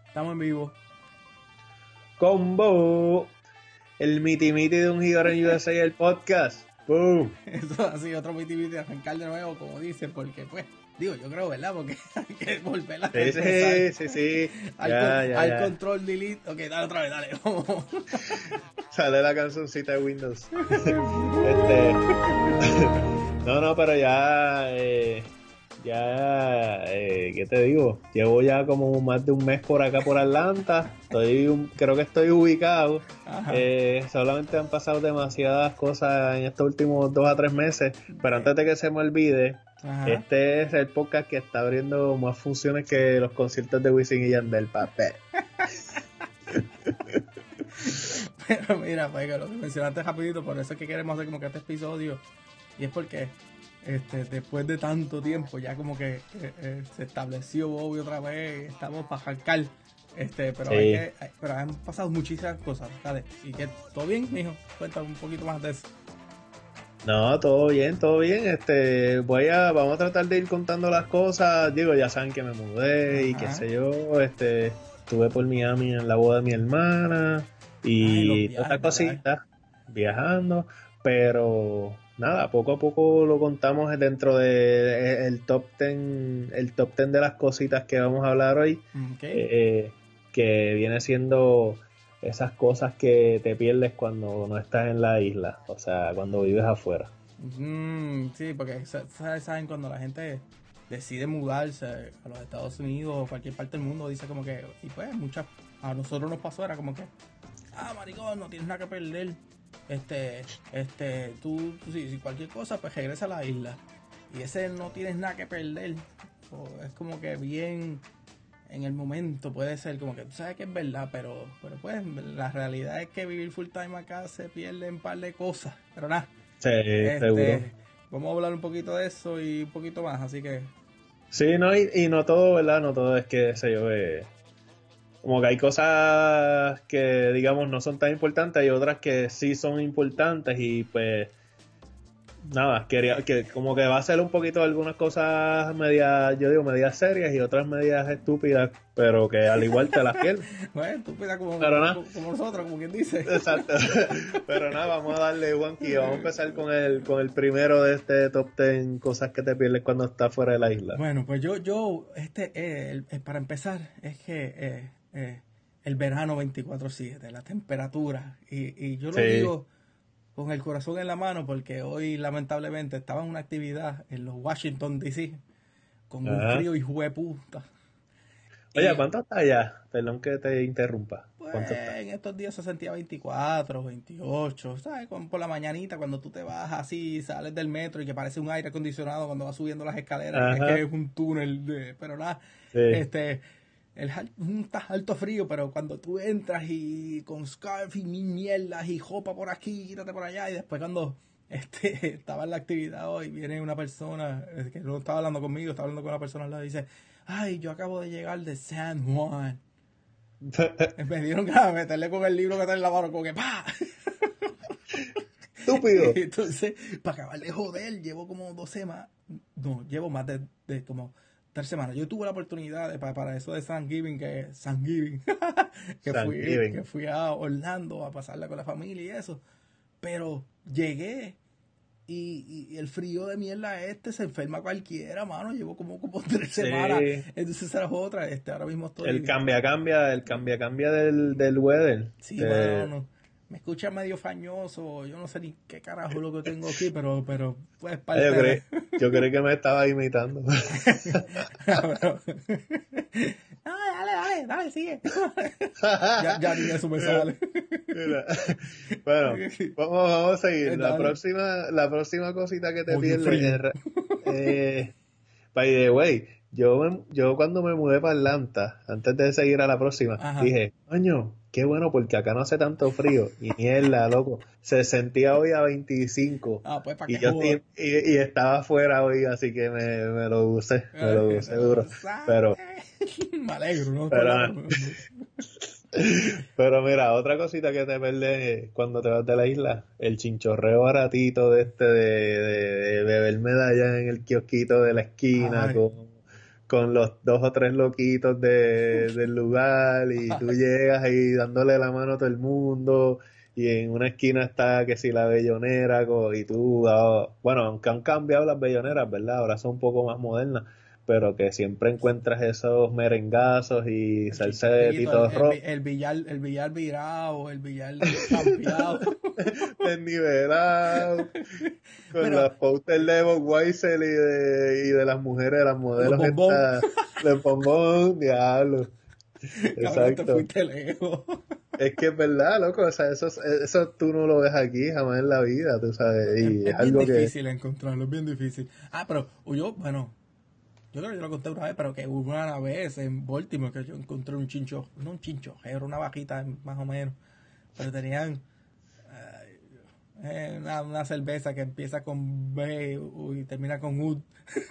Estamos en vivo. Combo, el miti de un Gigaro en USA, el podcast. ¡Boom! Eso ha sido otro miti de arrancar de nuevo, como dicen, porque pues, digo, yo creo, ¿verdad? Porque hay que volver a empezar. Sí. Al Ya. control delete. Ok, dale otra vez, dale. Vamos. Sale la cancioncita de Windows. No, pero ¿qué te digo? Llevo ya como más de un mes por acá por Atlanta. Creo que estoy ubicado. Solamente han pasado demasiadas cosas en estos últimos 2 a 3 meses. Pero antes de que se me olvide, Ajá. este es el podcast que está abriendo más funciones que los conciertos de Wisin y Yandel, papel. Pero mira, pues que lo que mencionaste rapidito, por eso es que queremos hacer como que este episodio. Y es porque después de tanto tiempo ya como que se estableció Bobby otra vez, estamos para arrancar. Pero Sí. pero han pasado muchísimas cosas, ¿sabes? Y que todo bien, mijo. Cuéntame un poquito más de eso. No, todo bien. Vamos a tratar de ir contando las cosas. Digo, ya saben que me mudé y qué Ajá. sé yo. Estuve por Miami en la boda de mi hermana y Los todas estas viajes, cositas, viajando. Pero nada, poco a poco lo contamos dentro de el top 10 de las cositas que vamos a hablar hoy. Okay. Que viene siendo esas cosas que te pierdes cuando no estás en la isla, o sea, cuando vives afuera. Sí, porque saben cuando la gente decide mudarse a los Estados Unidos o cualquier parte del mundo, dice como que, y pues a nosotros nos pasó, era como que, maricón, no tienes nada que perder, tú si cualquier cosa, pues regresa a la isla, y ese no tienes nada que perder, es como que bien, en el momento puede ser como que tú sabes que es verdad, pero pues la realidad es que vivir full time acá se pierde un par de cosas, pero nada. Sí, seguro. Vamos a hablar un poquito de eso y un poquito más, así que Sí, no, y no todo, ¿verdad? No todo es que, sé yo, como que hay cosas que, digamos, no son tan importantes, hay otras que sí son importantes y pues nada, quería que como que va a ser un poquito algunas cosas medias serias y otras medias estúpidas, pero que al igual te las pierdes. bueno, estúpida Pero nada, como nosotros, como quien dice. exacto. Pero nada, vamos a darle, Juanqui, vamos a empezar con el primero de este top 10 cosas que te pierdes cuando estás fuera de la isla. Bueno, pues para empezar, es que el verano 24/7, la temperatura, y yo lo Sí. digo con el corazón en la mano porque hoy lamentablemente estaba en una actividad en los Washington DC con un Ajá. frío hijo de puta. Oye, Y ¿cuánto está allá? Perdón que te interrumpa. pues ¿Cuánto está? en estos días se sentía 24, 28, ¿sabes? Por la mañanita cuando tú te bajas así, sales del metro y que parece un aire acondicionado cuando vas subiendo las escaleras, y es Ajá. que es un túnel, pero nada, Sí. está alto frío, pero cuando tú entras y con scarf y mil mierdas y jopa por aquí, quítate por allá, y después cuando estaba en la actividad hoy, viene una persona que no estaba hablando conmigo, estaba hablando con una persona al lado y dice, ay, yo acabo de llegar de San Juan. Me dieron ganas de meterle con el libro que está en la mano, como que ¡pa! Estúpido. Entonces, para acabar de joder, llevo como 2 semanas. No, llevo más de como 3 semanas. Yo tuve la oportunidad para eso de Thanksgiving, Thanksgiving. que fui a Orlando a pasarla con la familia y eso. Pero llegué y el frío de mierda se enferma cualquiera, mano. Llevo como 3 semanas. Sí. Entonces esa es otra. Ahora mismo estoy. El cambia del weather. Sí, mano. Me escucha medio fañoso. Yo no sé ni qué carajo es lo que tengo aquí, pero pues parte de. Yo creí que me estaba imitando. No, dale, sigue. ya ni eso me sale. Mira, bueno, vamos a seguir. Dale. La próxima cosita que te Coño, pierdes es, by the way, yo cuando me mudé para Atlanta, antes de seguir a la próxima, Ajá. dije, coño, qué bueno porque acá no hace tanto frío. Y mierda, loco, se sentía hoy a 25 Pues para y que joda. y estaba afuera hoy, así que me lo usé duro. Pero, Me alegro, ¿no? pero, Pero mira, otra cosita que te pierdes cuando te vas de la isla, el chinchorreo baratito de beber medalla en el kiosquito de la esquina Ay. con los 2 o 3 loquitos del lugar y tú llegas ahí dándole la mano a todo el mundo y en una esquina está que si la bellonera y tú, bueno, aunque han cambiado las belloneras, ¿verdad? Ahora son un poco más modernas, pero que siempre encuentras esos merengazos y El salsa de chinchorrito, Tito Rock el billar virado, el billar campeado. desnivelado, con Pero las posters de Bob Weissel y de las mujeres, las los modelos bombón, estas, de bombón, diablo. cabrón, te Exacto. fuiste lejos. Es que es verdad, loco, o sea, eso tú no lo ves aquí jamás en la vida, tú sabes, y es Es bien algo que, difícil encontrarlo, es bien difícil. Ah, pero bueno, yo creo que yo lo conté una vez, pero que hubo una vez en Baltimore que yo encontré un chincho, no un chincho, era una vaquita más o menos, pero tenían una cerveza que empieza con B y termina con U.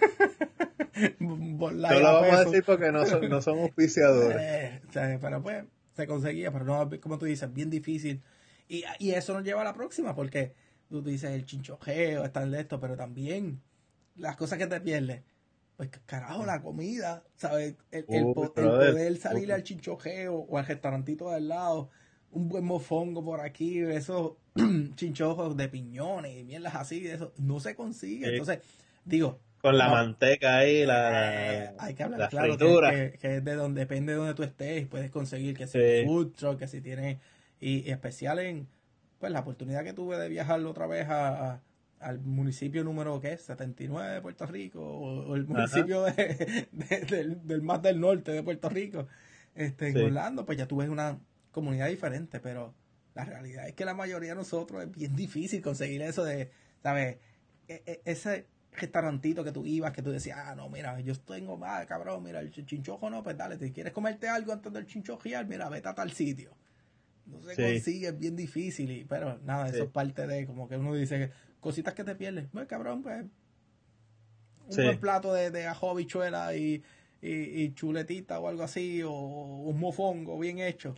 no Light lo a vamos a peso. decir porque no son auspiciadores. O sea, pero pues se conseguía, pero no, como tú dices, bien difícil. Y eso nos lleva a la próxima, porque tú dices el chinchojeo, están de esto, pero también las cosas que te pierdes. Pues carajo, la comida, ¿sabes? Uy, El brother, poder salir al chinchojeo o al restaurantito de al lado, un buen mofongo por aquí, esos chinchojos de piñones y mierdas así, eso no se consigue. sí, Entonces, digo, con la no, manteca ahí, hay que hablar la claro fritura, que es de donde depende de donde tú estés, puedes conseguir que sea un sí, food truck, que si tienes, y especial en, pues la oportunidad que tuve de viajar otra vez al municipio número, ¿qué es? 79 de Puerto Rico, o el ajá, municipio del más del norte de Puerto Rico, en sí, Orlando, pues ya tú ves una comunidad diferente, pero la realidad es que la mayoría de nosotros es bien difícil conseguir eso de, ¿sabes? Ese restaurantito que tú ibas, que tú decías, ah, no, mira, yo tengo más, cabrón, mira, el chinchojo no, pues dale, si quieres comerte algo antes del chinchojear, mira, vete a tal sitio. No se sí, consigue, es bien difícil, pero nada, eso es sí, parte de, como que uno dice, cositas que te pierdes, pues cabrón, pues un buen sí. plato de ajo, habichuela y chuletita o algo así, o un mofongo bien hecho,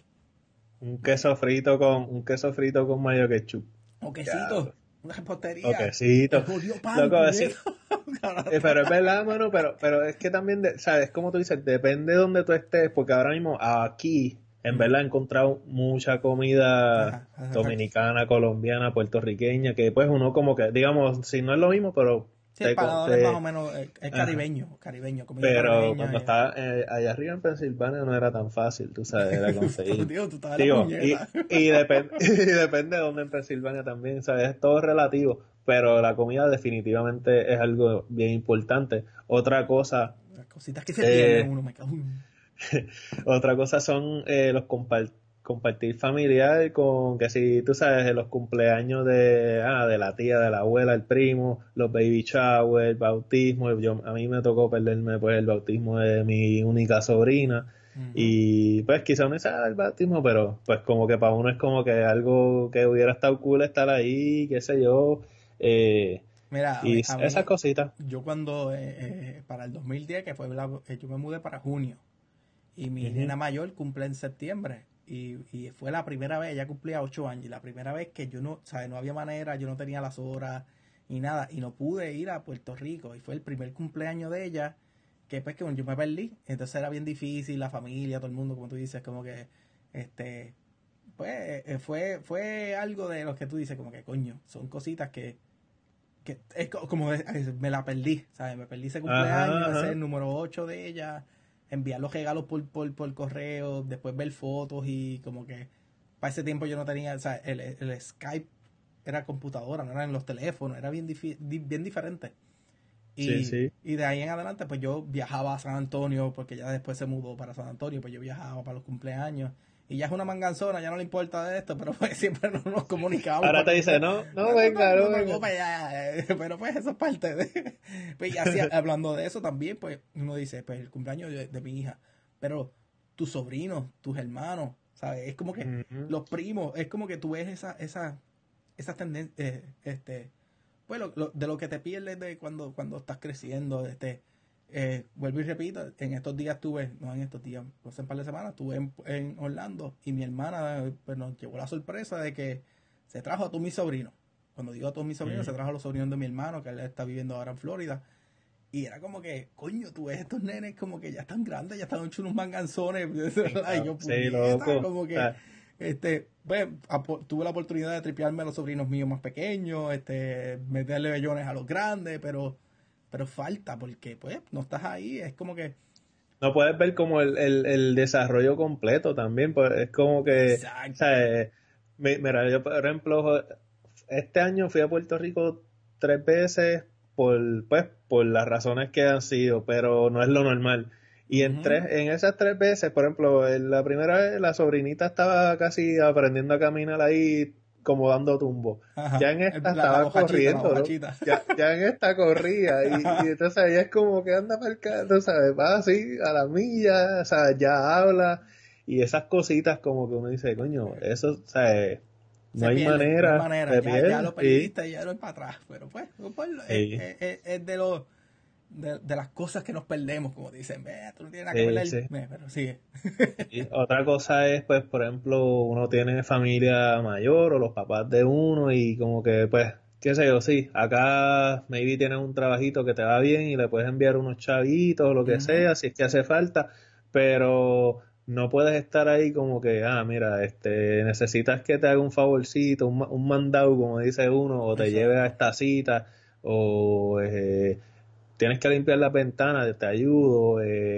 Un queso frito con mayo ketchup. o quesito, Diablo. una O repostería, el quesito. jodido pan, Loco, así, puñeta. pero es verdad, mano, pero es que también, ¿sabes? Como tú dices, depende de donde tú estés, porque ahora mismo aquí, en verdad, he encontrado mucha comida Ajá, ajá. dominicana, colombiana, puertorriqueña, que pues uno como que, digamos, si no es lo mismo, pero Sí, el palador es más o te menos ajá. caribeño, comida Pero caribeña. cuando estaba allá arriba en Pensilvania no era tan fácil, tú sabes, era conseguir. Tío, tú estás en la Digo, puñeta. y depende de dónde en Pensilvania también, ¿sabes? Es todo relativo, pero la comida definitivamente es algo bien importante. Las cositas que se pierden Eh, uno, me cago en... otra cosa son los compartir familiar con que si tú sabes de los cumpleaños de la tía, de la abuela, el primo, los baby shower, el bautismo. A mí me tocó perderme pues el bautismo de mi única sobrina Ujú. y pues quizá uno sabe el bautismo, pero pues como que para uno es como que algo que hubiera estado cool estar ahí, qué sé yo, eh, Mira, y a esas mí, cositas. yo cuando, para el 2010, que fue yo me mudé para junio, y mi Ujú. nena mayor cumple en septiembre, y fue la primera vez, ella cumplía 8 años, y la primera vez que yo no, ¿sabes? No había manera, yo no tenía las horas, ni nada, y no pude ir a Puerto Rico, y fue el primer cumpleaños de ella, que pues que bueno, yo me perdí, entonces era bien difícil, la familia, todo el mundo, como tú dices, como que, este, pues, fue algo de los que tú dices, como que coño, son cositas que es como me la perdí, ¿sabes? Me perdí ese Ajá, cumpleaños, ese es ajá. el número 8 de ella, enviar los regalos por correo, después ver fotos y como que para ese tiempo yo no tenía, o sea, el Skype era computadora, no eran los teléfonos, era bien diferente. Sí, sí. Y de ahí en adelante, pues yo viajaba a San Antonio, porque ya después se mudó para San Antonio, pues yo viajaba para los cumpleaños. Y ya es una manganzona, ya no le importa de esto, pero pues siempre no nos comunicamos Ahora para te como dice, que, no, no, no, no, no, venga, no, no, no, no, venga. para allá. Pero pues eso es parte de... Pues y así, hablando de eso también, pues uno dice, pues el cumpleaños de mi hija, pero tus sobrinos, tus hermanos, ¿sabes? Es como que Ujú. los primos, es como que tú ves esa tendencia, pues de lo que te pierdes de cuando estás creciendo, vuelvo y repito, en estos días estuve, no en estos días, hace un par de semanas, estuve en Orlando y mi hermana pues, nos llevó la sorpresa de que se trajo a todos mis sobrinos. Cuando digo a todos mis sobrinos, se Ujú. trajo a los sobrinos de mi hermano, que él está viviendo ahora en Florida. Y era como que, coño, tú ves estos nenes como que ya están grandes, ya están hechos unos manganzones. Y yo, Sí, loco. como que, pues, tuve la oportunidad de tripearme a los sobrinos míos más pequeños, meterle bellones a los grandes, pero falta, porque, pues, no estás ahí, es como que... No puedes ver como el desarrollo completo también, pues es como que, o Exacto. sea, mira, yo por ejemplo, este año fui a Puerto Rico 3 veces por las razones que han sido, pero no es lo normal. Y Ujú. en esas 3 veces, por ejemplo, en la primera vez la sobrinita estaba casi aprendiendo a caminar ahí como dando tumbo. Ya Ajá, en esta la estaba bojachita, la corriendo, ¿no? bojachita. Ya en esta corría y entonces ahí es como que anda para el carro, ¿sabes? Va así a la milla, o sea, ya habla y esas cositas como que uno dice, coño, eso, o sea, no Se hay pierden, no hay manera, manera, se ya lo pierde, sí, perdiste, ya no es para atrás, pero pues, sí, es de los de las cosas que nos perdemos, como dicen, ve, tú no tienes nada que sí, perder, sí. pero sigue. Y otra cosa es, pues, por ejemplo, uno tiene familia mayor o los papás de uno y como que, pues, qué sé yo, sí, acá maybe tienes un trabajito que te va bien y le puedes enviar unos chavitos o lo que Ujú. sea, si es que hace falta, pero no puedes estar ahí como que, mira, necesitas que te haga un favorcito, un mandado, como dice uno, o te lleve a Exacto. esta cita, o tienes que limpiar las ventanas, te ayudo,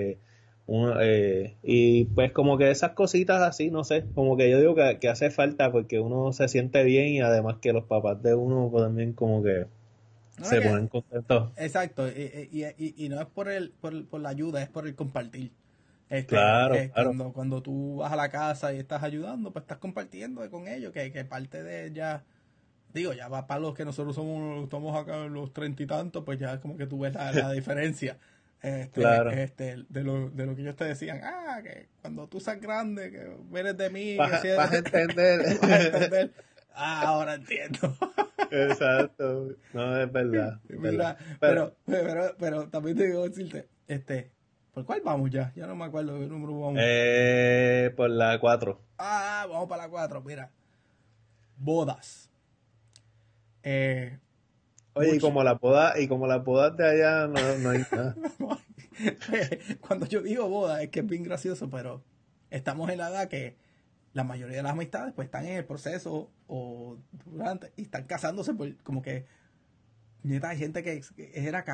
y pues como que esas cositas así, no sé, como que yo digo que hace falta porque uno se siente bien y además que los papás de uno pues, también como que No, no, se ponen contentos. exacto, y no es por la ayuda, es por el compartir. Claro, claro. Cuando tú vas a la casa y estás ayudando, pues estás compartiendo con ellos, que parte de ya, digo, ya va para los que nosotros estamos acá en los 30 y tantos, pues ya como que tú ves la diferencia. Claro. De lo que ellos te decían, que cuando tú seas grande, que vienes de mí, que si Vas a entender. vas a entender. Ahora entiendo. Exacto. No, es verdad, es verdad. Mira, Pero, pero también te digo decirte, ¿por cuál vamos ya? Ya no me acuerdo qué número vamos. por la 4. Vamos para la 4 mira. Bodas. Eh, Oye, much- y como las bodas de allá no hay nada. Cuando yo digo boda es que es bien gracioso, pero estamos en la edad que la mayoría de las amistades pues están en el proceso o durante y están casándose por como que neta, hay gente que era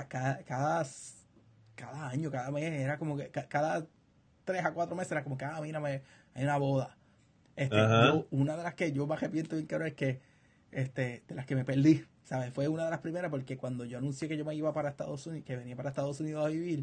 cada año, cada mes, era como que cada 3 a 4 meses era como que, mira, hay una boda. Ajá. Una de las que yo me arrepiento bien claro es que, de las que me perdí, ¿sabes? Fue una de las primeras porque cuando yo anuncié que yo me iba para Estados Unidos, que venía para Estados Unidos a vivir,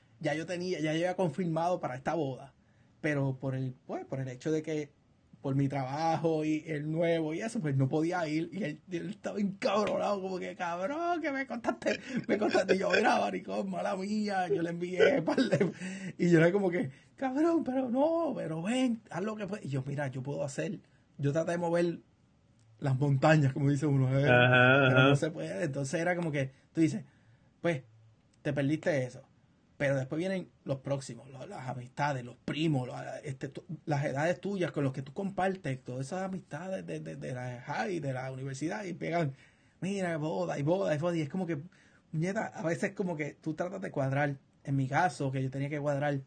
ya yo había confirmado para esta boda. Pero por el hecho de que por mi trabajo y el nuevo y eso, pues no podía ir. Y él estaba encabronado, como que cabrón, que me contaste. Y yo, mira, maricón, mala mía, yo le envié y yo era como que, cabrón, pero no, pero ven, haz lo que puedes. Y yo, mira, yo puedo hacer, yo traté de mover las montañas, como dice uno, Ajá, pero no ajá. se puede. Entonces era como que, tú dices, pues, te perdiste eso. Pero después vienen los próximos, las amistades, los primos, las edades tuyas con los que tú compartes, todas esas amistades de la high, de la universidad, y pegan, mira, boda y boda y boda. Y es como que, nieta, a veces como que tú tratas de cuadrar. En mi caso, que yo tenía que cuadrar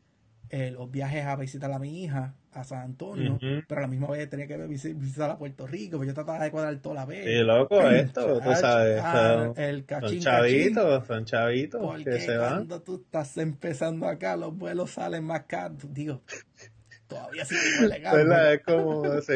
los viajes a visitar a mi hija a San Antonio, Ujú. pero a la misma vez tenía que visitar a Puerto Rico, pues yo trataba de cuadrar toda la Sí, vez. loco, esto, tú Chacho, sabes, el cachín, son chavitos que porque se van. cuando tú estás empezando acá, los vuelos salen más caros. Digo, todavía sigo igual de caro, ¿Verdad? Es como, sí.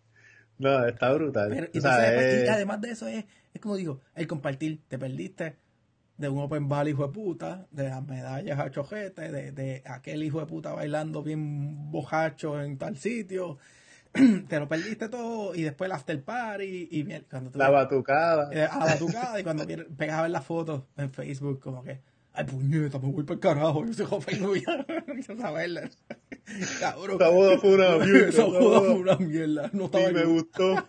No, está brutal. pero O entonces sea, después, y además de eso es como digo, el compartir, te perdiste de un open bar hijo de puta, de las medallas a chojete, de aquel hijo de puta bailando bien bojacho en tal sitio, te lo perdiste todo y después el after party y bien, cuando tú la ves batucada. a la batucada y cuando pegas a ver las fotos en Facebook como que ay puñeta, me voy para el carajo, yo soy joven, no quiero saberla. Cabrón, Esa boda fue una mierda, esa esa boda fue boda una mierda, no estaba ni me yo. gustó.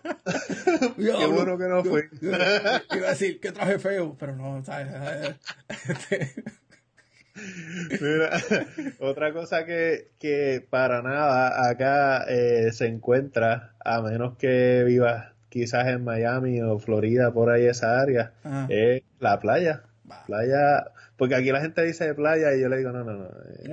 Qué Diablo, bueno que no fue. iba a decir que traje feo, pero no, ¿sabes? Este, Mira, otra cosa que para nada acá se encuentra, a menos que vivas quizás en Miami o Florida, por ahí esa área, ajá, es la playa. va. Playa, porque aquí la gente dice playa y yo le digo, no.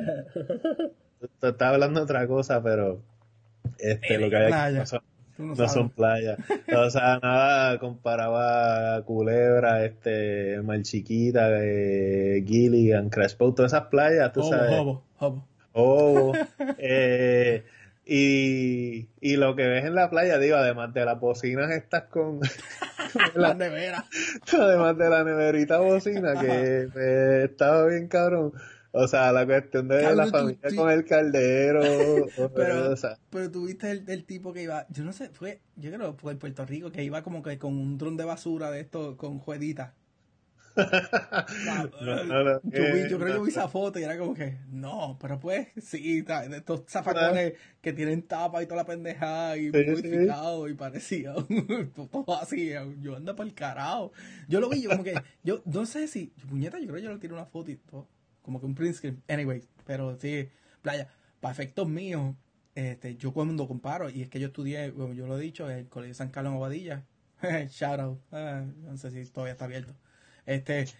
Tú estás hablando de otra cosa, pero lo que hay aquí playa. no son playas. O sea, nada comparaba a Culebra, Mar Chiquita, Gilligan, Crash Boat, todas esas playas, tú sabes. Hobo. Y lo que ves en la playa, digo, además de las bocinas estas con la nevera. Además de la neverita bocina, que estaba bien cabrón. O sea, la cuestión de Carlos, la familia con el caldero. Pero tú viste el tipo que iba, yo no sé, yo creo que fue en Puerto Rico, que iba como que con un dron de basura de esto, con jueguitas. Yo creo que yo vi esa foto y era como que, no, pero pues, sí, de estos zafacones que tienen tapa y toda la pendejada y modificado y parecía todo así, yo ando por el carajo. Yo lo vi, yo como que, yo no sé si, puñeta, yo creo que yo le tiré una foto y todo, como que un print screen, anyway, pero sí, playa, para efectos míos, yo cuando comparo, y es que yo estudié, bueno, yo lo he dicho, en el Colegio San Carlos en Aguadilla, shout out, no sé si todavía está abierto. Pues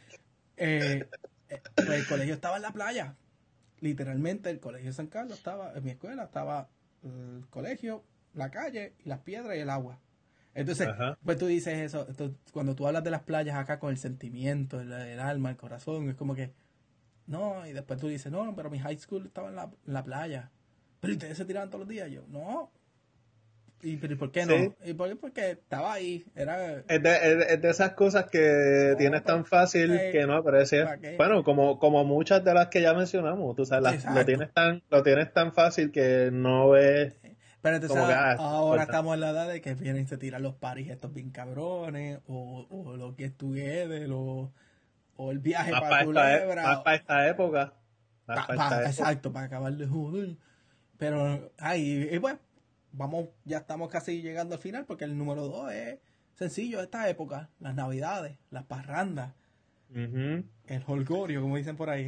el colegio estaba en la playa. Literalmente el colegio de San Carlos estaba, en mi escuela estaba el colegio, la calle, y las piedras y el agua. Entonces, pues tú dices eso, cuando tú hablas de las playas acá con el sentimiento, el alma, el corazón, es como que, no, y después tú dices, no, pero mi high school estaba en la playa. Pero ustedes se tiraban todos los días. Yo, no. ¿Pero y por qué no? Sí. ¿Y por qué? Porque estaba ahí. Es de esas cosas que tienes tan fácil que no aprecia. Bueno, como muchas de las que ya mencionamos, tú sabes, lo tienes tan fácil que no ves. Pero entonces ahora estamos en la edad de que vienen y se tiran los paris estos bien cabrones, o los Get Together, o el viaje para Culebra. Más para esta época. Exacto, para acabar de joder. Pero, y pues, ya estamos casi llegando al final, porque el número 2 es sencillo de esta época, las navidades, las parrandas, el holgorio, como dicen por ahí.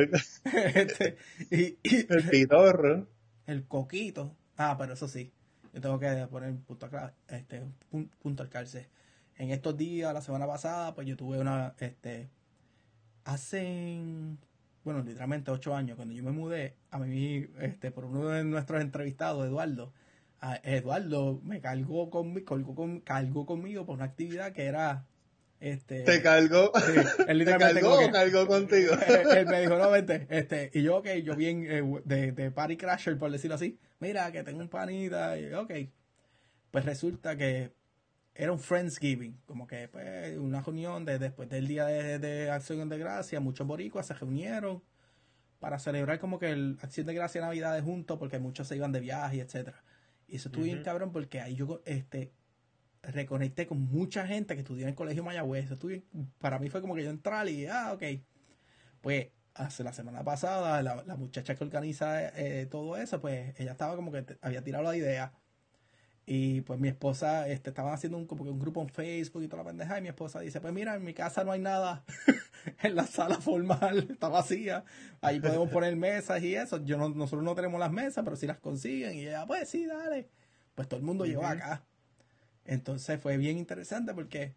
El pitorro. El coquito. Pero eso sí, yo tengo que poner punto al calce. En estos días, la semana pasada, pues yo tuve bueno, literalmente 8 años, cuando yo me mudé, a mí, por uno de nuestros entrevistados, Eduardo me cargó conmigo por una actividad que era ¿Te cargó? Él literalmente ¿Te cargó o cargó contigo? Él me dijo, no, vente, y yo, yo bien de party crasher, por decirlo así, mira, que tengo un panita, y pues resulta que era un Friendsgiving, como que pues una reunión después del día de Acción de Gracia, muchos boricuas se reunieron para celebrar como que el Acción de Gracia y Navidades juntos, porque muchos se iban de viaje, etcétera. Y eso estuvo bien cabrón, porque ahí yo reconecté con mucha gente que estudió en el colegio Mayagüez. Para mí fue como que yo entrar y ok. Pues hace la semana pasada la muchacha que organiza todo eso, pues ella estaba como que había tirado la idea. Y pues mi esposa, estaban haciendo como que un grupo en Facebook y toda la pendeja, y mi esposa dice, pues mira, en mi casa no hay nada, en la sala formal está vacía, ahí podemos poner mesas y eso, nosotros no tenemos las mesas, pero si las consiguen, y ella, pues sí, dale, pues todo el mundo llegó acá. Entonces fue bien interesante porque,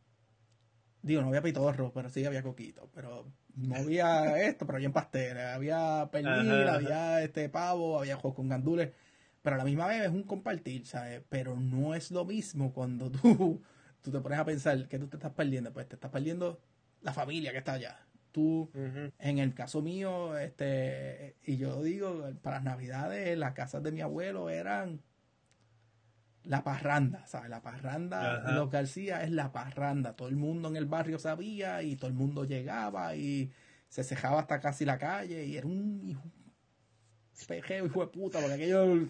no había pitorro, pero sí había coquito, pero no había pero había pasteles, había pernil, había pavo, había juegos con gandules. Pero a la misma vez es un compartir, ¿sabes? Pero no es lo mismo cuando tú te pones a pensar que tú te estás perdiendo. Pues te estás perdiendo la familia que está allá. Tú, en el caso mío, y yo digo, para las navidades, las casas de mi abuelo eran la parranda, ¿sabes? La parranda, los García es la parranda. Todo el mundo en el barrio sabía y todo el mundo llegaba y se cejaba hasta casi la calle y era un pejeo, hijo de puta, porque aquello,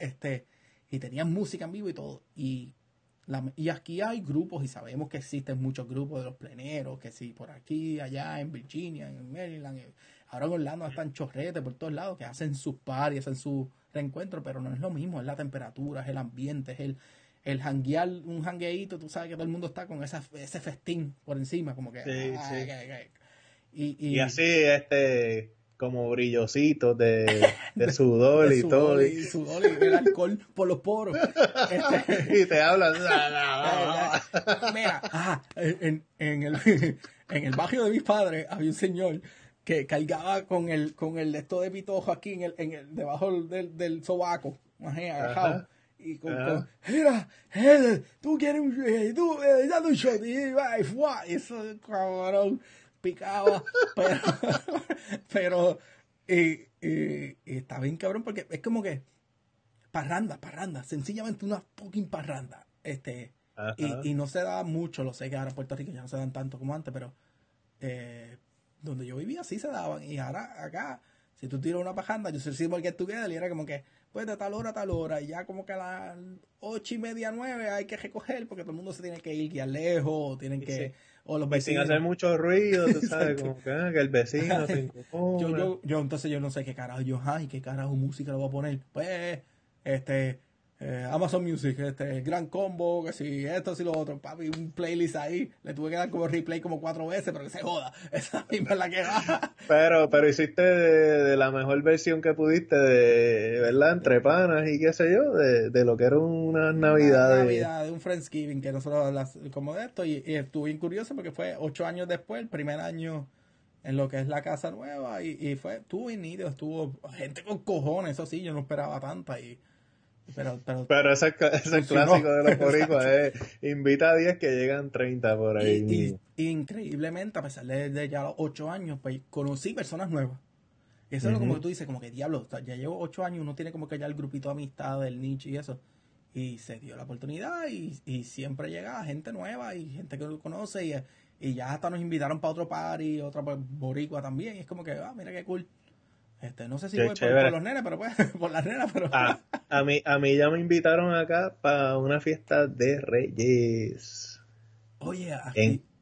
y tenían música en vivo y todo, y aquí hay grupos, y sabemos que existen muchos grupos de los pleneros, que sí, por aquí, allá, en Virginia, en Maryland, ahora en Orlando están chorretes por todos lados, que hacen sus parties, hacen sus reencuentros, pero no es lo mismo, es la temperatura, es el ambiente, es el janguear, un jangueíto, tú sabes que todo el mundo está con ese festín por encima, como que... Sí. Y así, como brillositos de sudor y todo. Y sudor y el alcohol por los poros. Y te hablan. Mira, en el barrio de mis padres había un señor que cargaba con el de esto de pitojo aquí debajo del sobaco, imagínate, agajado. Ajá. Y con, Ajá. mira, tú quieres dame un shot, y va, y fuá, y eso, cabrón, picaba, pero, pero, y está bien cabrón, porque es como que, parranda, sencillamente una fucking parranda, Ajá. y no se da mucho, lo sé que ahora en Puerto Rico ya no se dan tanto como antes, pero, donde yo vivía sí se daban, y ahora acá, si tú tiras una pajanda, yo soy el Get Together, y era como que, pues de tal hora a tal hora, y ya como que a las 8:30, 9 hay que recoger, porque todo el mundo se tiene que ir ya lejos, o tienen Y, sí. que, o los Y sin hacer vecinos. mucho ruido, tú sabes, Exacto. como que el vecino se encojona. Entonces yo no sé qué carajo, ay, qué carajo música le voy a poner. Pues, este, Amazon Music, Gran Combo, que si esto, si lo otro, papi, un playlist ahí. Le tuve que dar como replay como 4 veces, pero que se joda. Esa misma es la que va. Pero hiciste de la mejor versión que pudiste, de, ¿verdad? Entre panas y qué sé yo, de lo que era unas Una navidades. Navidad, de un Friendsgiving, que nosotros como de esto, y estuve bien curioso porque fue 8 años después, el primer año en lo que es la casa nueva, estuvo bien nítido, estuvo gente con cojones, eso sí, yo no esperaba tanta, pero Pero ese es funcionó. clásico de los boricuas, Exacto. invita a 10 que llegan 30 por ahí mismo. Y increíblemente, a pesar de ya los 8 años, pues conocí personas nuevas. Eso es lo como que Ujú. tú dices, como que diablo, o sea, ya llevo 8 años, uno tiene como que ya el grupito de amistad del nicho y eso. Y se dio la oportunidad y siempre llega gente nueva y gente que no conoce y ya hasta nos invitaron para otro party, otra pues, boricua también. Y es como que, mira qué cool. No sé si Qué voy por chévere. los nenes, pero pues, por las nenas, pero... A mí ya me invitaron acá para una fiesta de Reyes. Oye, En aquí...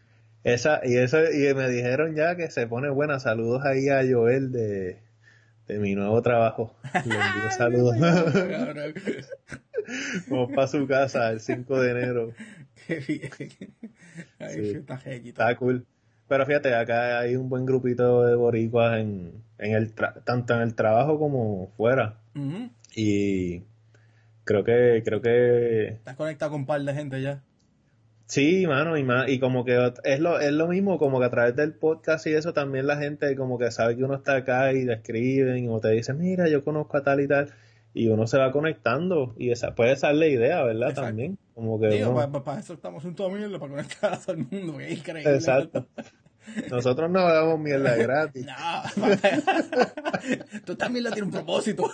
y me dijeron ya que se pone buena. Saludos ahí a Joel de mi nuevo trabajo. Le envío ¡Ay, saludos. mismo yo! Cabrón. Vamos para su casa el 5 de enero. Qué bien. Ay, Sí, fiesta gellita. está cool. Pero fíjate, acá hay un buen grupito de boricuas tanto en el trabajo como fuera. Ujú. Y creo que Estás conectado con un par de gente ya. sí, mano, y como que es lo mismo, como que a través del podcast y eso también la gente como que sabe que uno está acá y le escriben o te dicen, mira, yo conozco a tal y tal, y uno se va conectando y esa puede ser la idea, ¿verdad? Exacto. También, como que Digo, uno, para eso estamos en toda mierda, para conectar a todo el mundo, que es increíble, ¿verdad? exacto, nosotros no hagamos mierda gratis. No, papá. Tú también lo tienes un propósito.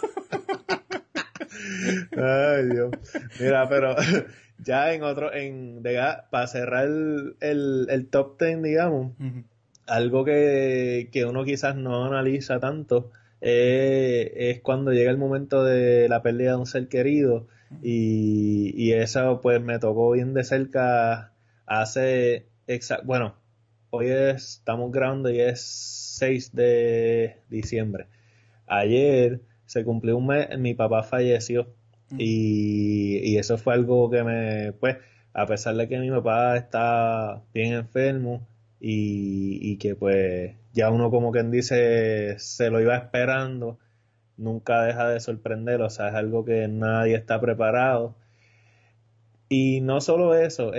Ay, Dios. Mira, pero ya para cerrar el top 10, digamos, Ujú. algo que uno quizás no analiza tanto es cuando llega el momento de la pérdida de un ser querido y eso pues me tocó bien de cerca bueno, estamos grabando y es 6 de diciembre. Ayer se cumplió un mes, mi papá falleció Ujú. y eso fue algo que pues, a pesar de que mi papá está bien enfermo y que pues ya uno como quien dice se lo iba esperando, nunca deja de sorprender, o sea, es algo que nadie está preparado. Y no solo eso,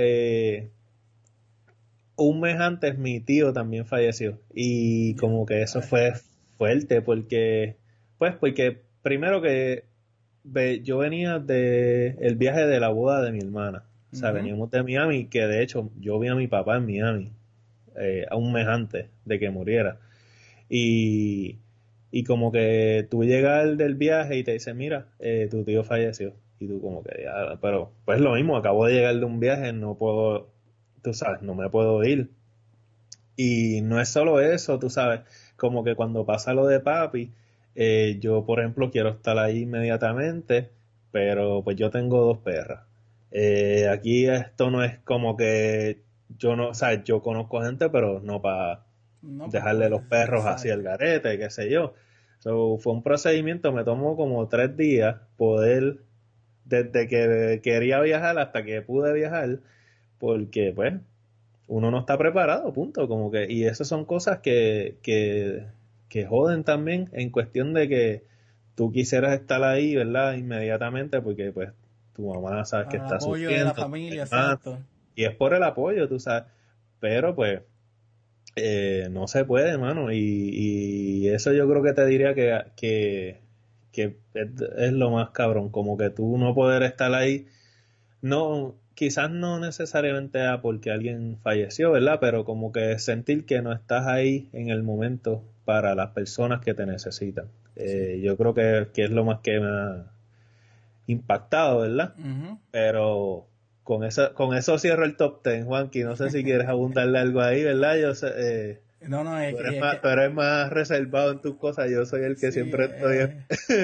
un mes antes mi tío también falleció y Ya. como que eso Ay. fue fuerte porque primero que yo venía de el viaje de la boda de mi hermana, o sea, Ujú. veníamos de Miami, que de hecho yo vi a mi papá en Miami a un mes antes de que muriera y, y como que tú llegas del viaje y te dicen, mira, tu tío falleció y tú como que, "Ya, pero pues lo mismo, acabo de llegar de un viaje, no puedo, tú sabes, no me puedo ir". Y no es solo eso, tú sabes, como que cuando pasa lo de papi, yo por ejemplo quiero estar ahí inmediatamente, pero pues yo tengo 2 perras. Aquí esto no es como que yo no, o sea, yo conozco gente, pero no para No, dejarle los perros así al exacto. garete, qué sé yo. So, fue un procedimiento, me tomó como 3 días poder, desde que quería viajar hasta que pude viajar, porque pues uno no está preparado, punto. Como que, y esas son cosas que joden también en cuestión de que tú quisieras estar ahí, ¿verdad? Inmediatamente, porque pues tu mamá sabes que Para el está apoyo de la sufriendo, tu familia, hermana, exacto. y es por el apoyo, tú sabes. Pero pues no se puede, mano. Y eso yo creo que te diría que es lo más cabrón, como que tú no poder estar ahí, no, quizás no necesariamente porque alguien falleció, ¿verdad? Pero como que sentir que no estás ahí en el momento para las personas que te necesitan. Sí. Yo creo que es lo más que me ha impactado, ¿verdad? Ujú. Pero con eso cierro el top 10, Juanqui. No sé si quieres abundarle algo ahí, ¿verdad? Yo sé, No, no, tú eres más reservado en tus cosas, yo soy el que sí, siempre estoy.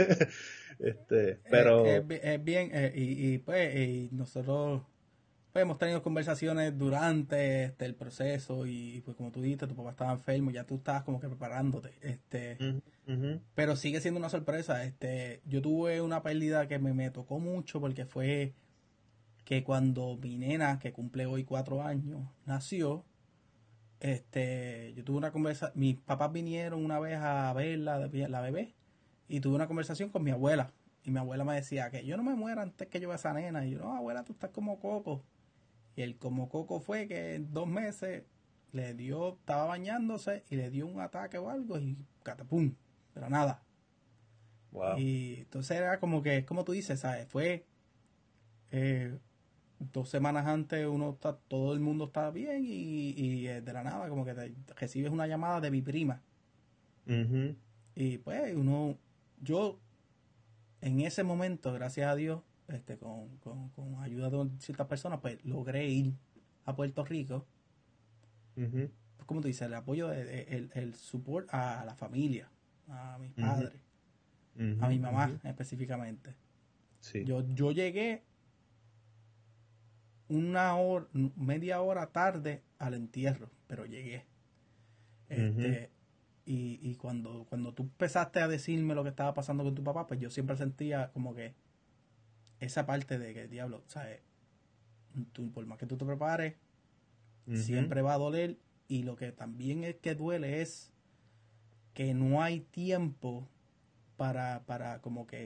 Pero. es bien, pues y nosotros pues, hemos tenido conversaciones durante el proceso y pues como tú dijiste, tu papá estaba enfermo, ya tú estabas como que preparándote, Ujú, ujú, pero sigue siendo una sorpresa, yo tuve una pérdida que me tocó mucho porque fue que cuando mi nena, que cumple hoy 4 años, nació, yo tuve una conversación, mis papás vinieron una vez a ver la bebé y tuve una conversación con mi abuela. Y mi abuela me decía que yo no me muera antes que yo vea a esa nena. Y yo, no, abuela, tú estás como coco. Y el como coco fue que en 2 meses le dio, estaba bañándose y le dio un ataque o algo y catapum, pero nada. wow. Y entonces era como que, como tú dices, ¿sabes? Fue eh, 2 semanas antes todo el mundo está bien y de la nada como que recibes una llamada de mi prima Ujú, y pues yo en ese momento, gracias a Dios, con ayuda de ciertas personas, pues logré ir a Puerto Rico, ujú, pues, como tú dices, el apoyo, el support a la familia, a mis ujú, padres, a ujú, mi ujú. mamá específicamente. Sí. Yo llegué una hora, media hora tarde al entierro, pero llegué. Ujú, Este, y cuando tú empezaste a decirme lo que estaba pasando con tu papá, pues yo siempre sentía como que esa parte de que, diablo, ¿sabes? Por más que tú te prepares, ujú, siempre va a doler. Y lo que también es que duele es que no hay tiempo para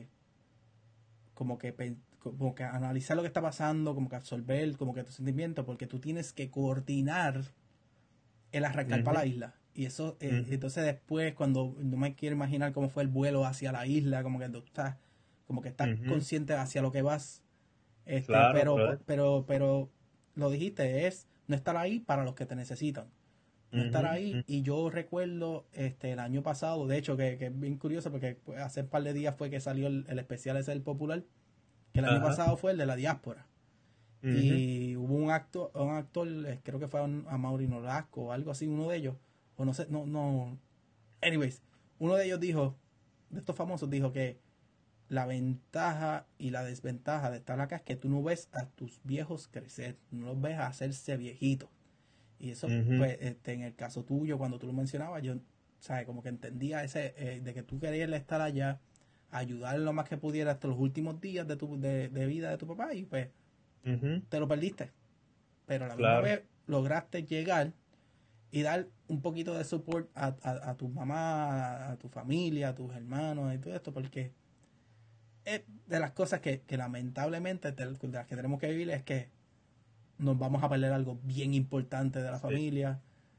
como que analizar lo que está pasando, como que absorber, como que tus sentimientos, porque tú tienes que coordinar el arrancar para ujú, la isla. Y eso, ujú, entonces después, cuando no me quiero imaginar cómo fue el vuelo hacia la isla, como que estás ujú. consciente hacia lo que vas, Claro, brother. pero lo dijiste, es no estar ahí para los que te necesitan. No estar Ujú, ahí. Y yo recuerdo el año pasado, de hecho, que es bien curioso porque pues, hace un par de días fue que salió el especial ese del Popular, que el año ajá. pasado fue el de la diáspora. Ujú, Y hubo un actor, creo que fue a Mauri Nolasco o algo así, uno de ellos, o no sé, no. Anyways, uno de ellos dijo, de estos famosos, dijo que la ventaja y la desventaja de estar acá es que tú no ves a tus viejos crecer, no los ves hacerse viejitos. Y eso, ujú, pues, en el caso tuyo, cuando tú lo mencionabas, yo, ¿sabes? Como que entendía de que tú querías estar allá, ayudar lo más que pudiera hasta los últimos días de vida de tu papá y pues ujú. te lo perdiste. Pero a la misma Claro. vez lograste llegar y dar un poquito de support a tu mamá, a tu familia, a tus hermanos y todo esto, porque es de las cosas que lamentablemente de las que tenemos que vivir es que nos vamos a perder algo bien importante de la Sí. familia.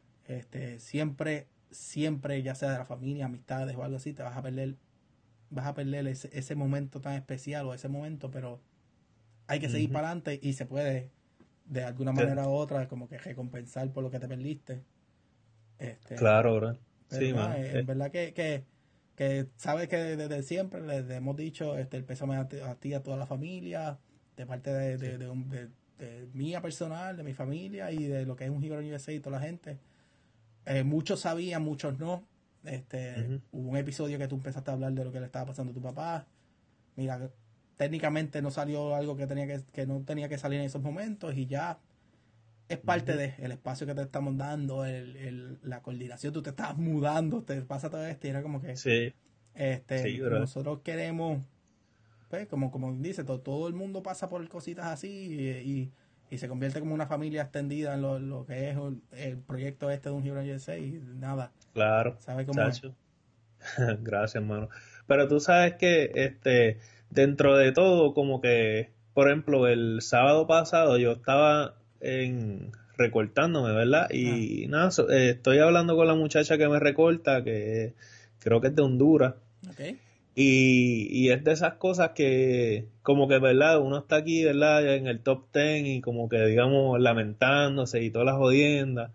Siempre, ya sea de la familia, amistades o algo así, vas a perder ese momento tan especial o ese momento, pero hay que seguir Ujú. para adelante y se puede de alguna Te- manera u otra como que recompensar por lo que te perdiste. Este, Claro, bro. pero Sí, nada, mano. en verdad que sabes que desde siempre les hemos dicho el pésame a ti, a toda la familia, de parte de, Sí. de, de, un- de mía personal, de mi familia y de lo que es un Hero USA y toda la gente. Muchos sabían, muchos no. Ujú, Hubo un episodio que tú empezaste a hablar de lo que le estaba pasando a tu papá. Mira, técnicamente no salió algo que no tenía que salir en esos momentos y ya es parte ujú. del espacio que te estamos dando, la coordinación, tú te estás mudando, te pasa todo esto y era como que Sí, sí, bro. nosotros queremos, pues, como dice, todo el mundo pasa por cositas así y se convierte como una familia extendida en lo que es el proyecto este de un Hero USA y nada, Claro, ¿sabe cómo es? chacho. Gracias, hermano. Pero tú sabes que dentro de todo, como que, por ejemplo, el sábado pasado yo estaba recortándome, ¿verdad? Y nada, estoy hablando con la muchacha que me recorta, que creo que es de Honduras. Okay. Y es de esas cosas que, como que, ¿verdad? Uno está aquí, ¿verdad? En el top 10 y como que, digamos, lamentándose y todas las jodiendas.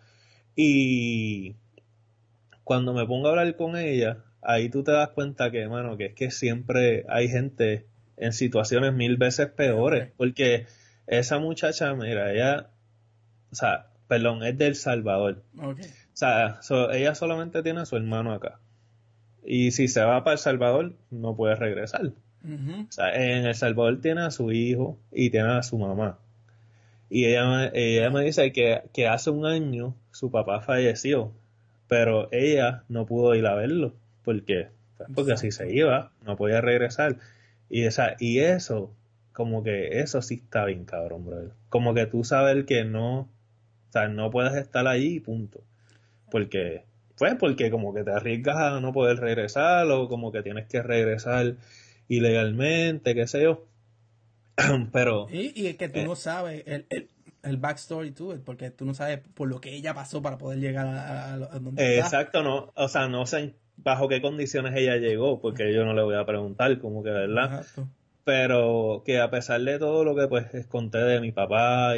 Y cuando me pongo a hablar con ella, ahí tú te das cuenta que, mano, que es que siempre hay gente en situaciones 1000 veces peores. Porque esa muchacha, mira, ella, o sea, perdón, es de El Salvador. Okay. O sea, ella solamente tiene a su hermano acá. Y si se va para El Salvador, no puede regresar. Uh-huh. O sea, en El Salvador tiene a su hijo y tiene a su mamá. Y ella me dice que hace un año su papá falleció, pero ella no pudo ir a verlo, porque si se iba, no podía regresar. Y eso, como que eso sí está bien cabrón, brother. Como que tú sabes que no, o sea, no puedes estar allí, punto. Porque, porque como que te arriesgas a no poder regresar, o como que tienes que regresar ilegalmente, qué sé yo. Pero Y es que tú no sabes el backstory to it, porque tú no sabes por lo que ella pasó para poder llegar a donde está. exacto, no, o sea, no sé bajo qué condiciones ella llegó, porque yo no le voy a preguntar, como que, ¿verdad? Exacto. Pero que a pesar de todo lo que pues les conté de mi papá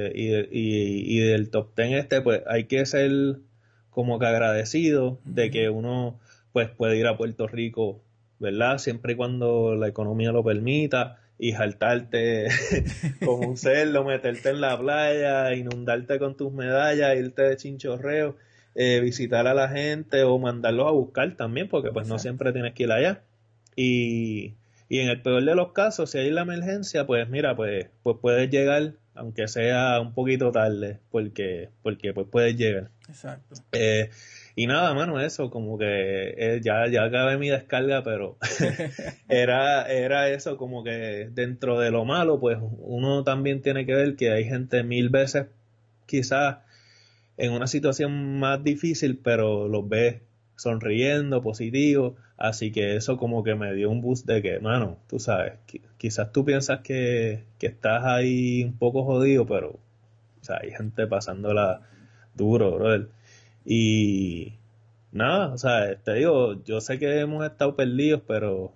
y del top ten pues hay que ser como que agradecido de que uno pues puede ir a Puerto Rico, ¿verdad? Siempre y cuando la economía lo permita y jaltarte como un cerdo, meterte en la playa, inundarte con tus medallas, irte de chinchorreo, visitar a la gente o mandarlos a buscar también, porque pues no siempre tienes que ir allá. Y en el peor de los casos, si hay la emergencia, pues mira, pues puedes llegar, aunque sea un poquito tarde, porque pues puedes llegar. Exacto. Y nada, mano, eso, como que ya acabé mi descarga, pero era eso, como que dentro de lo malo, pues uno también tiene que ver que hay gente 1000 veces quizás en una situación más difícil, pero los ves sonriendo, positivo, así que eso como que me dio un boost de que, mano, tú sabes, quizás tú piensas que estás ahí un poco jodido, pero, o sea, hay gente pasándola duro, brother. Y nada, o sea, te digo, yo sé que hemos estado perdidos, pero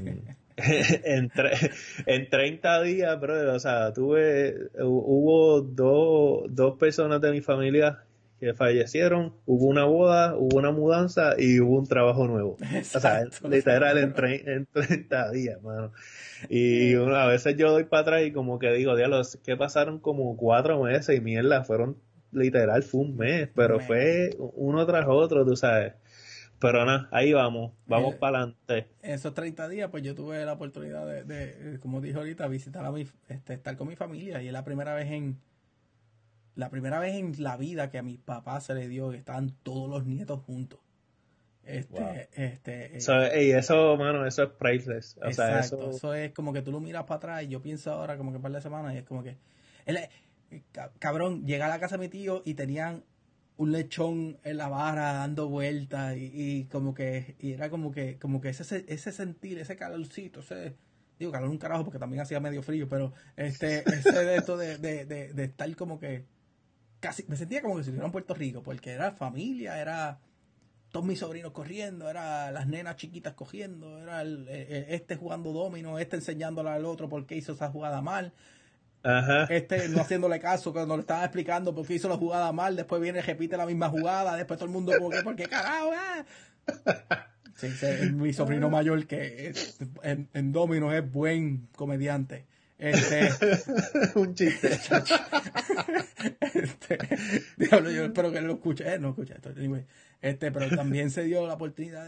en 30 días, brother, o sea, hubo dos personas de mi familia que fallecieron, hubo una boda, hubo una mudanza y hubo un trabajo nuevo. Exacto. O sea, literal en 30 días, mano. Y a veces yo doy para atrás y como que digo, diablos, que pasaron como 4 meses y mierda, fueron literal, fue un mes, pero fue uno tras otro, tú sabes. Pero nada, ahí vamos para adelante. Esos 30 días, pues yo tuve la oportunidad como dije ahorita, visitar estar con mi familia. Y es la primera vez en la vida que a mi papá se le dio que estaban todos los nietos juntos. Wow. Eso, mano, eso es priceless. O sea, eso es como que tú lo miras para atrás y yo pienso ahora como que un par de semanas y es como que cabrón, llegué a la casa de mi tío y tenían un lechón en la vara dando vueltas y como que y era como que ese sentir, ese calorcito, digo calor un carajo porque también hacía medio frío, pero ese de esto de estar como que casi me sentía como que si estuviera en Puerto Rico, porque era familia, era todos mis sobrinos corriendo, era las nenas chiquitas cogiendo, era este jugando domino, este enseñándole al otro por qué hizo esa jugada mal, ajá. no haciéndole caso cuando le estaba explicando por qué hizo la jugada mal, después viene y repite la misma jugada, después todo el mundo ¿por qué carajo? Sí, mi sobrino mayor que en domino es buen comediante. Un chiste. Diablo, yo espero que él lo escuche. No escucha esto. Anyway, pero también se dio la oportunidad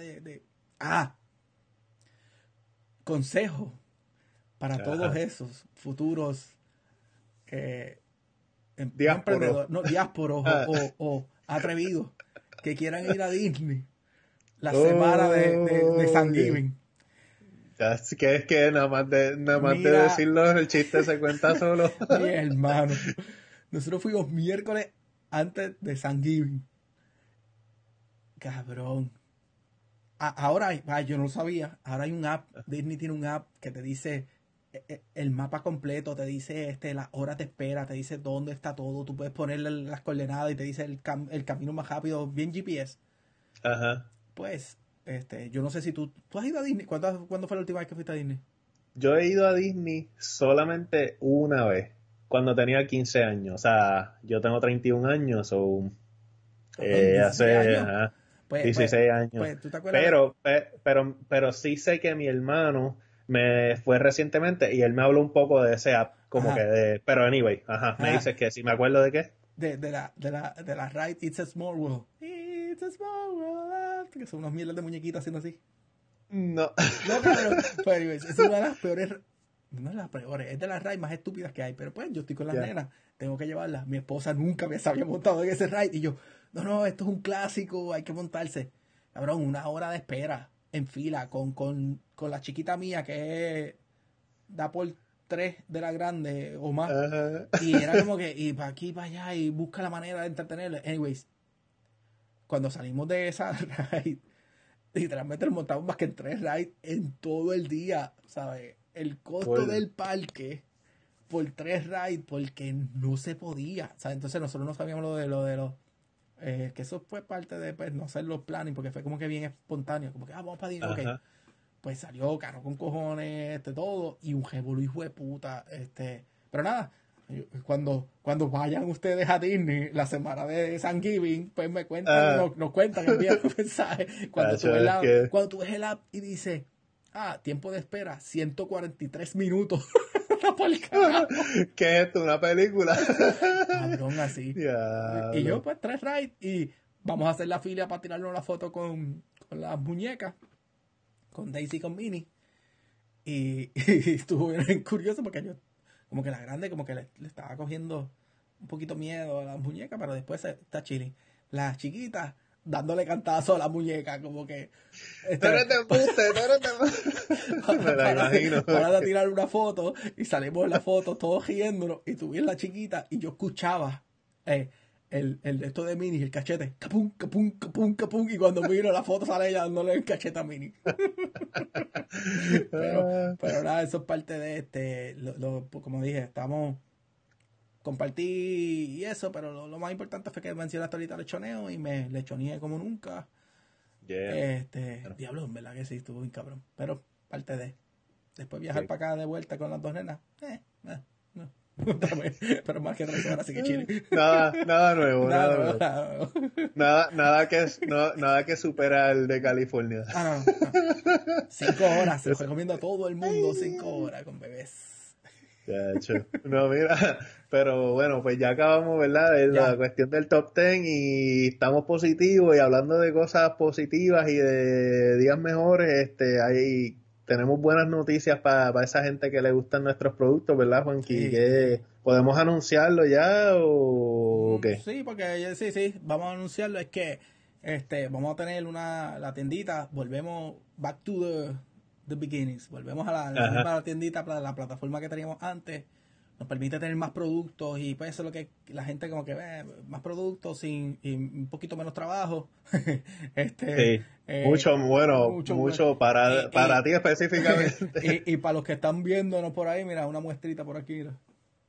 consejo para todos esos futuros emprendedores, diásporos o atrevidos que quieran ir a Disney la semana de Thanksgiving. Que es que nada más de decirlo, el chiste se cuenta solo. Mi hermano, nosotros fuimos miércoles antes de Thanksgiving. Cabrón. Ahora yo no lo sabía. Ahora hay un app, Disney tiene un app que te dice el mapa completo, te dice las horas de espera, te dice dónde está todo, tú puedes ponerle las coordenadas y te dice el camino más rápido, bien GPS. Ajá. Pues, yo no sé si tú has ido a Disney. ¿Cuándo fue la última vez que fuiste a Disney? Yo he ido a Disney solamente una vez, cuando tenía 15 años. O sea, yo tengo 31 años, o Cabrón, 16 hace años. 16 años. Pues, ¿tú te acuerdas Pero sí sé que mi hermano me fue recientemente y él me habló un poco de ese app, como Ajá, que de... Pero anyway, ajá, me ajá, dices que si me acuerdo de qué. de la ride It's a Small World. It's a Small World. Que son unos mierdas de muñequitos haciendo así. No. No, cabrón. Pues, anyways, es una de las peores. No es las peores, es de las rides más estúpidas que hay. Pero pues yo estoy con las Ya. nenas, tengo que llevarlas. Mi esposa nunca me había montado en ese ride. Y yo, no, esto es un clásico, hay que montarse. Cabrón, 1 hora de espera en fila con la chiquita mía que da por 3 de la grande o más. Ajá. Y era como que, y para aquí, para allá, y busca la manera de entretenerle. Anyways, cuando salimos de esa ride, literalmente nos montamos más que en 3 rides en todo el día, ¿sabes? El costo Full. del parque por 3 rides, porque no se podía, ¿sabes? Entonces nosotros no sabíamos lo de los, que eso fue parte de, pues, no hacer los planning, porque fue como que bien espontáneo, como que, vamos para Disney, ok. Ajá. Pues salió caro con cojones, todo, y un revolú hijo de puta, pero nada, cuando vayan ustedes a Disney la semana de Thanksgiving, pues me cuentan, Ah, nos cuentan, envían un mensaje, cacho, es que... cuando tú ves el app y dice, tiempo de espera, 143 minutos, por el carajo, ¿Qué es esto? ¿Una película? cabrón, así, y yo Diablo. pues 3 rides, y vamos a hacer la fila para tirarnos la foto con las muñecas, con Daisy y con Minnie. Y estuvo bien curioso porque yo, como que la grande, como que le estaba cogiendo un poquito miedo a la muñeca, pero después está chilling. Las chiquitas dándole cantazo a la muñeca, como que Tú eres de embuste, tú eres de embuste. Me la imagino. para tirar una foto y salimos en la foto todos riéndonos y tú ves la chiquita y yo escuchaba el de esto de Mini, el cachete, capum, capum, capum, capum, y cuando miro la foto sale ella dándole el cachete a Mini. pero, Ah, pero nada, eso es parte de como dije, estamos compartí y eso, pero lo más importante fue que mencionaste ahorita lechoneo y me lechoneé como nunca. yeah. Bueno, Diablo, en verdad que sí, estuvo bien cabrón. Pero parte de. Después viajar ok. para acá de vuelta con las dos nenas. No. Otra vez, pero más que 3 horas, así que chile. Nada nuevo, Nada, nada no, nuevo. nada, no. Nada que supera el de California. No. 5 horas, se Eso- recomiendo a todo el mundo 5 horas con bebés. Ya, hecho. No, mira, pero bueno, pues ya acabamos, ¿verdad? De la Ya, cuestión del top 10 y estamos positivos y hablando de cosas positivas y de días mejores, ahí tenemos buenas noticias para esa gente que le gustan nuestros productos, ¿verdad, Juanqui? sí, sí. ¿Qué, podemos anunciarlo ya o qué? Sí, porque sí, vamos a anunciarlo. Es que vamos a tener la tiendita, volvemos back to the beginnings, volvemos a la Ajá, misma tiendita, la plataforma que teníamos antes. Nos permite tener más productos y pues eso es lo que la gente como que ve, más productos y un poquito menos trabajo. este, sí. eh, Mucho, bueno, mucho, mucho y, para y, ti específicamente. y para los que están viéndonos por ahí, mira, una muestrita por aquí, mira.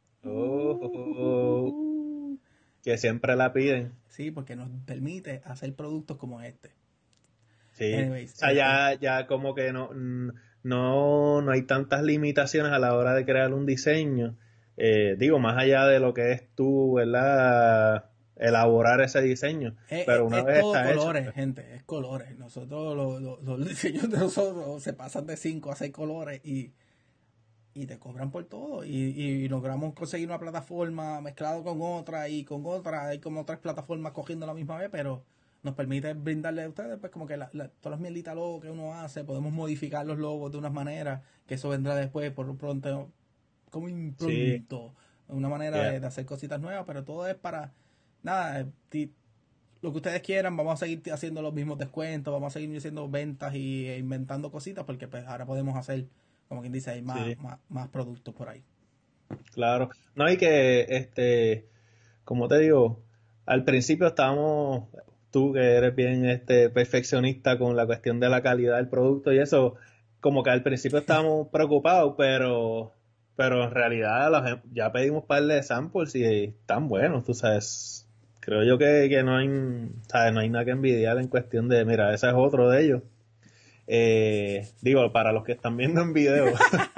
Oh, que siempre la piden. Sí, porque nos permite hacer productos como este. Sí, o Anyways, sea, ya como que no hay tantas limitaciones a la hora de crear un diseño. Digo, más allá de lo que es tú, ¿verdad? Elaborar ese diseño. Pero una es vez todo está hecho, colores, pues, gente, es colores. Nosotros, los diseños de nosotros se pasan de 5 a 6 colores y te cobran por todo. Y logramos conseguir una plataforma mezclado con otra y con otra. Hay como 3 plataformas cogiendo a la misma vez, pero nos permite brindarle a ustedes pues como que todas las mierditas logos que uno hace, podemos modificar los logos de unas maneras, que eso vendrá después por pronto, como sí, pronto, una manera yeah. de hacer cositas nuevas, pero todo es para, nada, lo que ustedes quieran, vamos a seguir haciendo los mismos descuentos, vamos a seguir haciendo ventas e inventando cositas, porque pues ahora podemos hacer, como quien dice, hay Sí, más productos por ahí. claro. No, hay que, como te digo, al principio estábamos, tú que eres bien perfeccionista con la cuestión de la calidad del producto y eso, como que al principio estábamos preocupados, pero en realidad ya pedimos un par de samples y están buenos, tú sabes. Creo yo que no hay, ¿sabes? No hay nada que envidiar en cuestión de, mira, ese es otro de ellos. Digo, para los que están viendo en video.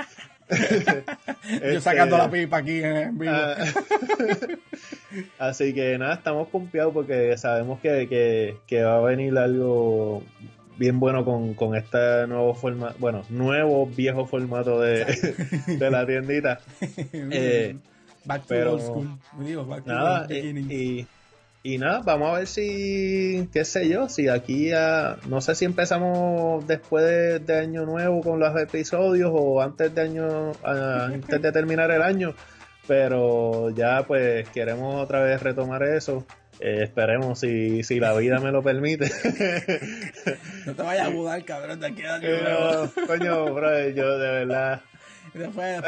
Yo sacando la pipa aquí en vivo. Así que nada, estamos pompeados porque sabemos que va a venir algo bien bueno con este nuevo formato, bueno, nuevo viejo formato de la tiendita. Back to pero old school. Digo, back to nada, old beginning. y nada, vamos a ver si, qué sé yo, si aquí no sé si empezamos después de Año Nuevo con los episodios o antes de terminar el año, pero ya pues queremos otra vez retomar eso. Esperemos si la vida me lo permite. No te vayas a mudar, cabrón, te quedas. Coño, bro, yo de verdad. Después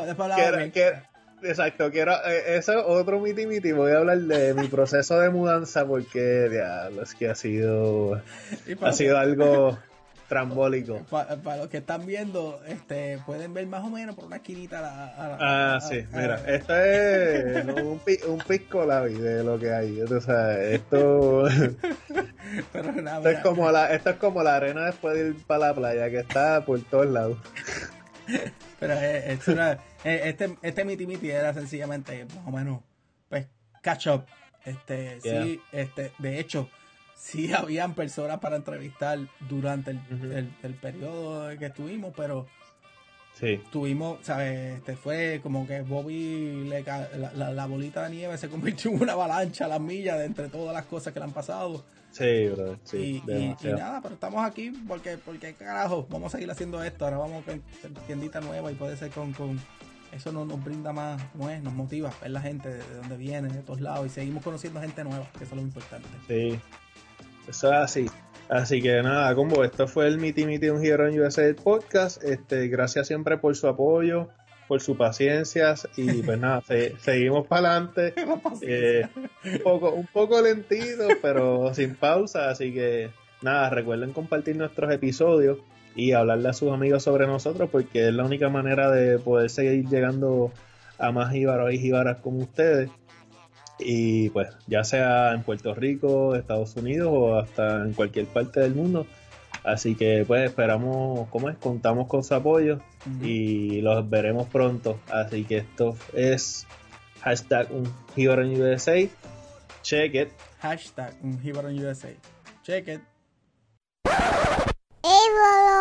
exacto, eso es otro miti. Voy a hablar de mi proceso de mudanza porque, diablo, es que ha sido algo trambólico. Para los que están viendo, pueden ver más o menos por una esquinita sí, mira, esto es un pisco labi de lo que hay. O sea, esto pero nada, esto es como la arena después de ir para la playa, que está por todos lados. Pero este miti era sencillamente más o menos pues catch up. Sí, de hecho, sí habían personas para entrevistar durante el periodo que estuvimos, pero sí. tuvimos, ¿sabes? Fue como que Bobby la bolita de nieve se convirtió en una avalancha a las millas de entre todas las cosas que le han pasado. Sí, bro, sí. Y nada, pero estamos aquí porque carajo, vamos a seguir haciendo esto. Ahora vamos con tiendita nueva y puede ser con eso nos brinda más, nos motiva ver la gente de donde viene, de todos lados, y seguimos conociendo gente nueva, que eso es lo importante. Sí, eso es así. Así que nada, combo, esto fue el Miti un Hero en USA podcast. Gracias siempre por su apoyo, por su paciencia, y pues nada, seguimos para adelante. Un poco lentito, pero sin pausa, así que nada, recuerden compartir nuestros episodios y hablarle a sus amigos sobre nosotros, porque es la única manera de poder seguir llegando a más jíbaros y jíbaras como ustedes, y pues ya sea en Puerto Rico, Estados Unidos o hasta en cualquier parte del mundo. Así que pues esperamos, contamos con su apoyo y los veremos pronto. Así que esto es #unjíbaro_en_USA. Check it. #unjíbaro_en_USA. Check it. Hey,